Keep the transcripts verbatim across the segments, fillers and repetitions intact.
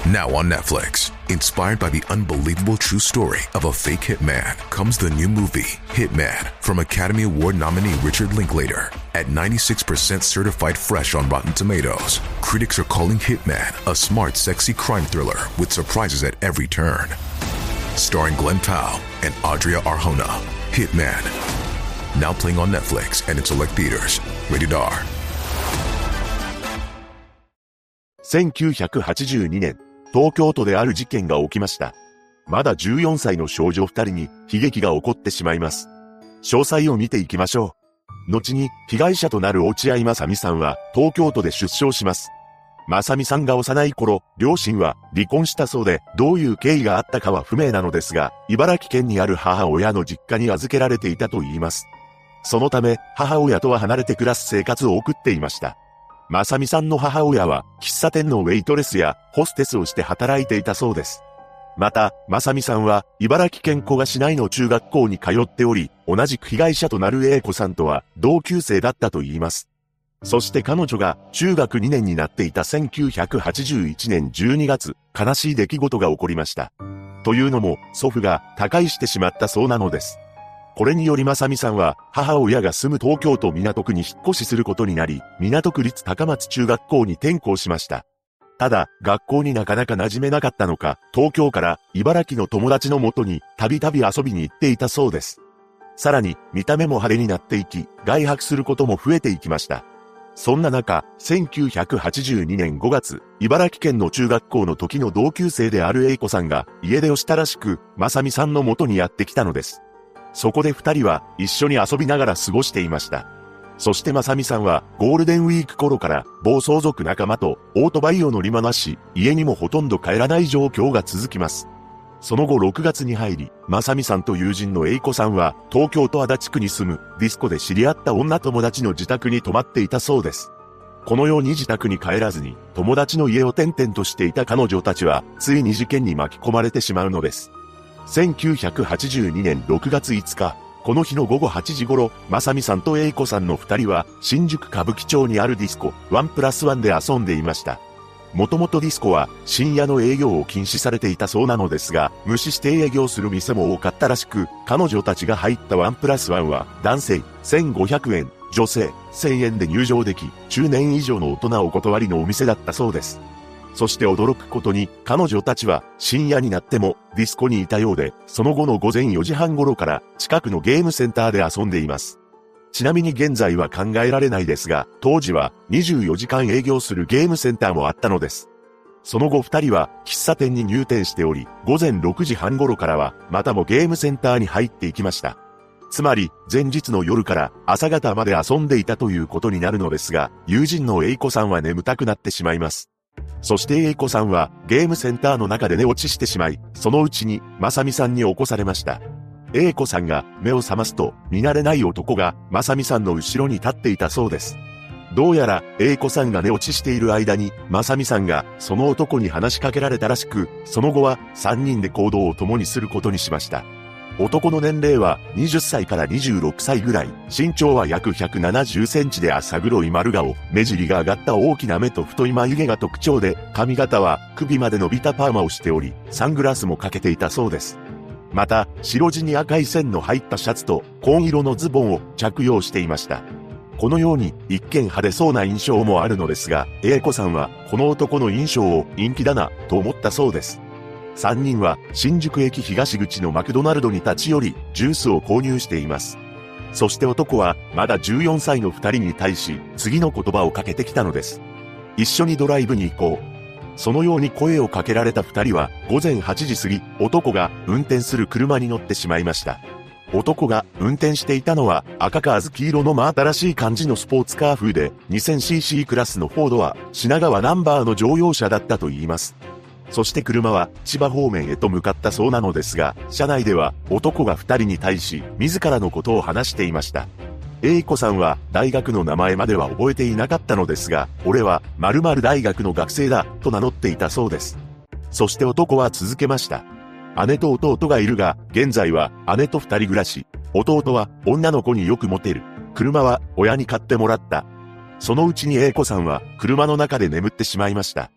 Now on Netflix, inspired by the unbelievable true story of a fake hitman, comes the new movie, Hitman, from Academy Award nominee Richard Linklater. At ninety-six percent certified fresh on Rotten Tomatoes, critics are calling Hitman a smart, sexy crime thriller with surprises at every turn. Starring Glenn Powell and Adria Arjona, Hitman. Now playing on Netflix and in select theaters. Rated R. せんきゅうひゃくはちじゅうにねん、東京都である事件が起きました。まだじゅうよんさいの少女二人に悲劇が起こってしまいます。詳細を見ていきましょう。後に被害者となる落合正美さんは東京都で出生します。正美さんが幼い頃、両親は離婚したそうで、どういう経緯があったかは不明なのですが、茨城県にある母親の実家に預けられていたといいます。そのため、母親とは離れて暮らす生活を送っていました。正美さんの母親は、喫茶店のウェイトレスやホステスをして働いていたそうです。また、正美さんは、茨城県古河市内の中学校に通っており、同じく被害者となる英子さんとは同級生だったといいます。そして彼女が中学にねんになっていたせんきゅうひゃくはちじゅういちねんじゅうにがつ、悲しい出来事が起こりました。というのも、祖父が他界してしまったそうなのです。これにより正美さんは、母親が住む東京都港区に引っ越しすることになり、港区立高松中学校に転校しました。ただ、学校になかなか馴染めなかったのか、東京から茨城の友達の元にたびたび遊びに行っていたそうです。さらに、見た目も派手になっていき、外泊することも増えていきました。そんな中、せんきゅうひゃくはちじゅうにねんごがつ、茨城県の中学校の時の同級生である英子さんが家出をしたらしく、正美さんの元にやってきたのです。そこで二人は一緒に遊びながら過ごしていました。そして正美さんはゴールデンウィーク頃から暴走族仲間とオートバイを乗り回し、家にもほとんど帰らない状況が続きます。その後ろくがつに入り、正美さんと友人の英子さんは東京都足立区に住むディスコで知り合った女友達の自宅に泊まっていたそうです。このように自宅に帰らずに友達の家を転々としていた彼女たちはついに事件に巻き込まれてしまうのです。せんきゅうひゃくはちじゅうにねんろくがついつか、この日のごごはちじ頃、正美さんと英子さんの二人は、新宿歌舞伎町にあるディスコ、ワンプラスワンで遊んでいました。もともとディスコは、深夜の営業を禁止されていたそうなのですが、無視して営業する店も多かったらしく、彼女たちが入ったワンプラスワンは、男性、せんごひゃくえん、女性、せんえんで入場でき、中年以上の大人お断りのお店だったそうです。そして驚くことに、彼女たちは深夜になってもディスコにいたようで、その後のごぜんよじはん頃から近くのゲームセンターで遊んでいます。ちなみに現在は考えられないですが、当時はにじゅうよじかん営業するゲームセンターもあったのです。その後二人は喫茶店に入店しており、ごぜんろくじはん頃からはまたもゲームセンターに入っていきました。つまり前日の夜から朝方まで遊んでいたということになるのですが、友人の英子さんは眠たくなってしまいます。そして英子さんはゲームセンターの中で寝落ちしてしまい、そのうちに正美さんに起こされました。英子さんが目を覚ますと、見慣れない男が正美さんの後ろに立っていたそうです。どうやら英子さんが寝落ちしている間に、正美さんがその男に話しかけられたらしく、その後はさんにんで行動を共にすることにしました。男の年齢ははたちからにじゅうろくさいぐらい、身長は約ひゃくななじゅっセンチで浅黒い丸顔、目尻が上がった大きな目と太い眉毛が特徴で、髪型は首まで伸びたパーマをしており、サングラスもかけていたそうです。また、白地に赤い線の入ったシャツと紺色のズボンを着用していました。このように一見派手そうな印象もあるのですが、英子さんはこの男の印象を陰気だなと思ったそうです。三人は新宿駅東口のマクドナルドに立ち寄り、ジュースを購入しています。そして男はまだじゅうよんさいの二人に対し、次の言葉をかけてきたのです。一緒にドライブに行こう。そのように声をかけられた二人は、ごぜんはちじ過ぎ、男が運転する車に乗ってしまいました。男が運転していたのは赤か小豆色の真新しい感じのスポーツカー風で にせんシーシー クラスのフォードは品川ナンバーの乗用車だったといいます。そして車は千葉方面へと向かったそうなのですが、車内では男が二人に対し自らのことを話していました。英子さんは大学の名前までは覚えていなかったのですが、俺は〇〇大学の学生だと名乗っていたそうです。そして男は続けました。姉と弟がいるが、現在は姉と二人暮らし。弟は女の子によくモテる。車は親に買ってもらった。そのうちに英子さんは車の中で眠ってしまいました。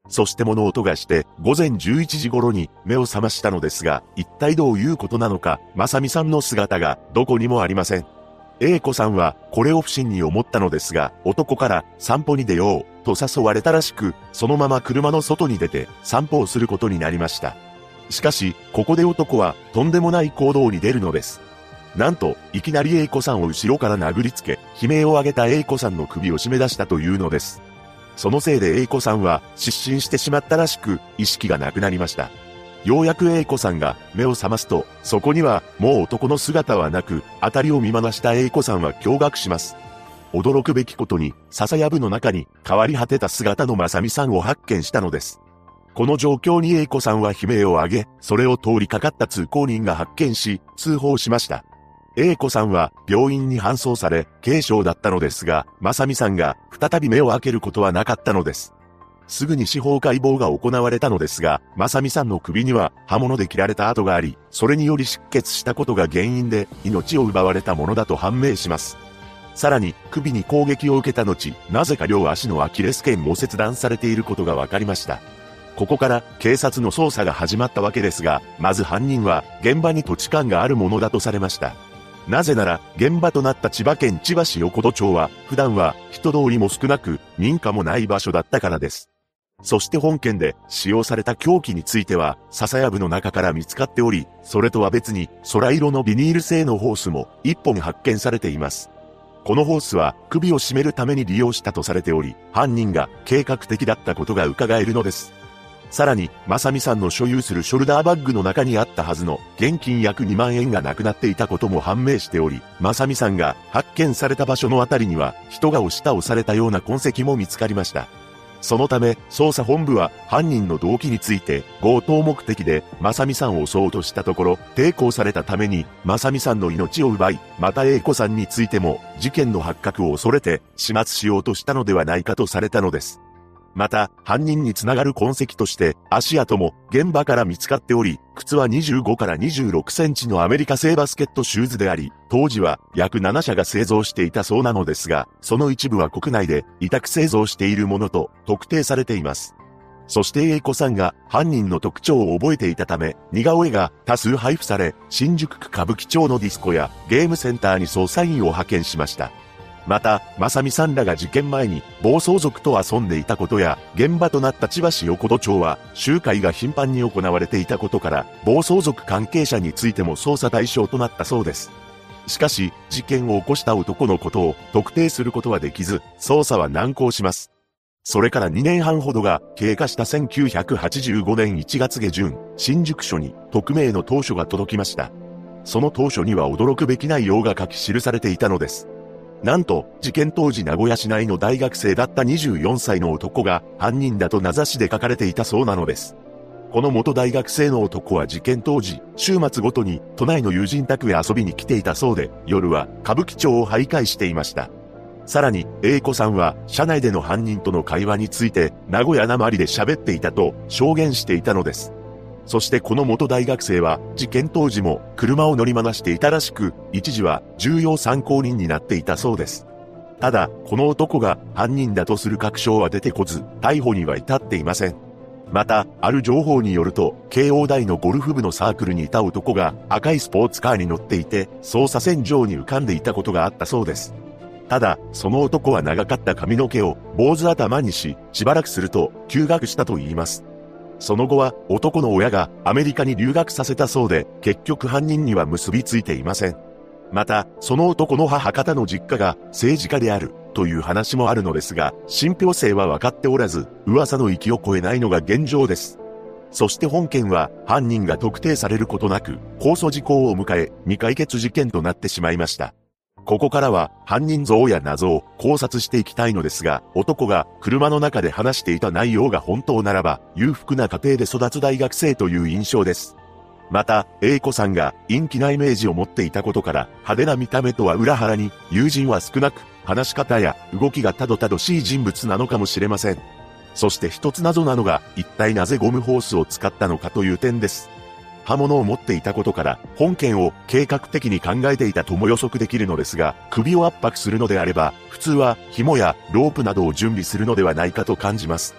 そして物音がして午前じゅういちじ頃に目を覚ましたのですが、一体どういうことなのか、まさみさんの姿がどこにもありません。A子さんはこれを不審に思ったのですが、男から散歩に出ようと誘われたらしく、そのまま車の外に出て散歩をすることになりました。しかし、ここで男はとんでもない行動に出るのです。なんと、いきなり A 子さんを後ろから殴りつけ、悲鳴を上げた A 子さんの首を絞め出したというのです。そのせいで A 子さんは失神してしまったらしく、意識がなくなりました。ようやく A 子さんが目を覚ますと、そこにはもう男の姿はなく、辺りを見回した A 子さんは驚愕します。驚くべきことに、笹やぶの中に変わり果てた姿のまさみさんを発見したのです。この状況に A 子さんは悲鳴を上げ、それを通りかかった通行人が発見し、通報しました。A 子さんは病院に搬送され、軽傷だったのですが、まさみさんが再び目を開けることはなかったのです。すぐに司法解剖が行われたのですが、まさみさんの首には刃物で切られた跡があり、それにより出血したことが原因で命を奪われたものだと判明します。さらに、首に攻撃を受けた後、なぜか両足のアキレス腱も切断されていることが分かりました。ここから警察の捜査が始まったわけですが、まず犯人は現場に土地勘があるものだとされました。なぜなら、現場となった千葉県千葉市横戸町は、普段は人通りも少なく、民家もない場所だったからです。そして本件で使用された凶器については、笹やぶの中から見つかっており、それとは別に空色のビニール製のホースも一本発見されています。このホースは首を絞めるために利用したとされており、犯人が計画的だったことが伺えるのです。さらに、まさみさんの所有するショルダーバッグの中にあったはずの現金約にまんえんがなくなっていたことも判明しており、まさみさんが発見された場所のあたりには人が押し倒されたような痕跡も見つかりました。そのため、捜査本部は犯人の動機について強盗目的でまさみさんを襲おうとしたところ、抵抗されたためにまさみさんの命を奪い、また A 子さんについても事件の発覚を恐れて始末しようとしたのではないかとされたのです。また、犯人につながる痕跡として、足跡も現場から見つかっており、靴はにじゅうごからにじゅうろくセンチのアメリカ製バスケットシューズであり、当時は約ななしゃが製造していたそうなのですが、その一部は国内で委託製造しているものと特定されています。そして A 子さんが犯人の特徴を覚えていたため、似顔絵が多数配布され、新宿区歌舞伎町のディスコやゲームセンターに捜査員を派遣しました。また、まさみさんらが事件前に暴走族と遊んでいたことや、現場となった千葉市横戸町は集会が頻繁に行われていたことから、暴走族関係者についても捜査対象となったそうです。しかし、事件を起こした男のことを特定することはできず、捜査は難航します。それからにねんはんほどが経過したせんきゅうひゃくはちじゅうごねんいちがつげじゅん、新宿署に匿名の投書が届きました。その投書には驚くべき内容が書き記されていたのです。なんと、事件当時名古屋市内の大学生だったにじゅうよんさいの男が犯人だと名指しで書かれていたそうなのです。この元大学生の男は事件当時、週末ごとに都内の友人宅へ遊びに来ていたそうで、夜は歌舞伎町を徘徊していました。さらに、A 子さんは車内での犯人との会話について名古屋なまりで喋っていたと証言していたのです。そしてこの元大学生は事件当時も車を乗り回していたらしく、一時は重要参考人になっていたそうです。ただ、この男が犯人だとする確証は出てこず、逮捕には至っていません。また、ある情報によると、慶応大のゴルフ部のサークルにいた男が赤いスポーツカーに乗っていて、捜査線上に浮かんでいたことがあったそうです。ただ、その男は長かった髪の毛を坊主頭にし、しばらくすると休学したと言います。その後は男の親がアメリカに留学させたそうで、結局犯人には結びついていません。また、その男の母方の実家が政治家であるという話もあるのですが、信憑性は分かっておらず、噂の域を超えないのが現状です。そして本件は犯人が特定されることなく、控訴時効を迎え、未解決事件となってしまいました。ここからは犯人像や謎を考察していきたいのですが、男が車の中で話していた内容が本当ならば、裕福な家庭で育つ大学生という印象です。また、A 子さんが陰気なイメージを持っていたことから、派手な見た目とは裏腹に、友人は少なく、話し方や動きがたどたどしい人物なのかもしれません。そして一つ謎なのが、一体なぜゴムホースを使ったのかという点です。刃物を持っていたことから、本件を計画的に考えていたとも予測できるのですが、首を圧迫するのであれば、普通は紐やロープなどを準備するのではないかと感じます。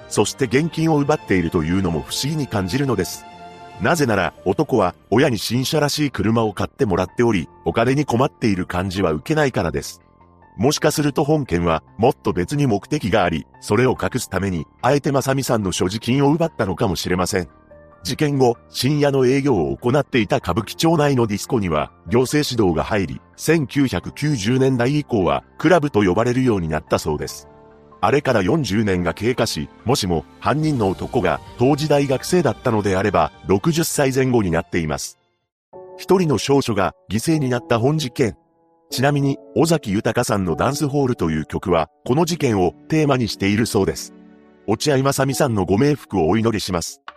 そして現金を奪っているというのも不思議に感じるのです。なぜなら、男は親に新車らしい車を買ってもらっており、お金に困っている感じは受けないからです。もしかすると本件はもっと別に目的があり、それを隠すために、あえて正美さんの所持金を奪ったのかもしれません。事件後、深夜の営業を行っていた歌舞伎町内のディスコには、行政指導が入り、せんきゅうひゃくきゅうじゅうねんだい以降は、クラブと呼ばれるようになったそうです。あれからよんじゅうねんが経過し、もしも犯人の男が当時大学生だったのであれば、ろくじゅっさいぜん後になっています。一人の少女が犠牲になった本事件。ちなみに、尾崎豊さんのダンスホールという曲は、この事件をテーマにしているそうです。落合正美さんのご冥福をお祈りします。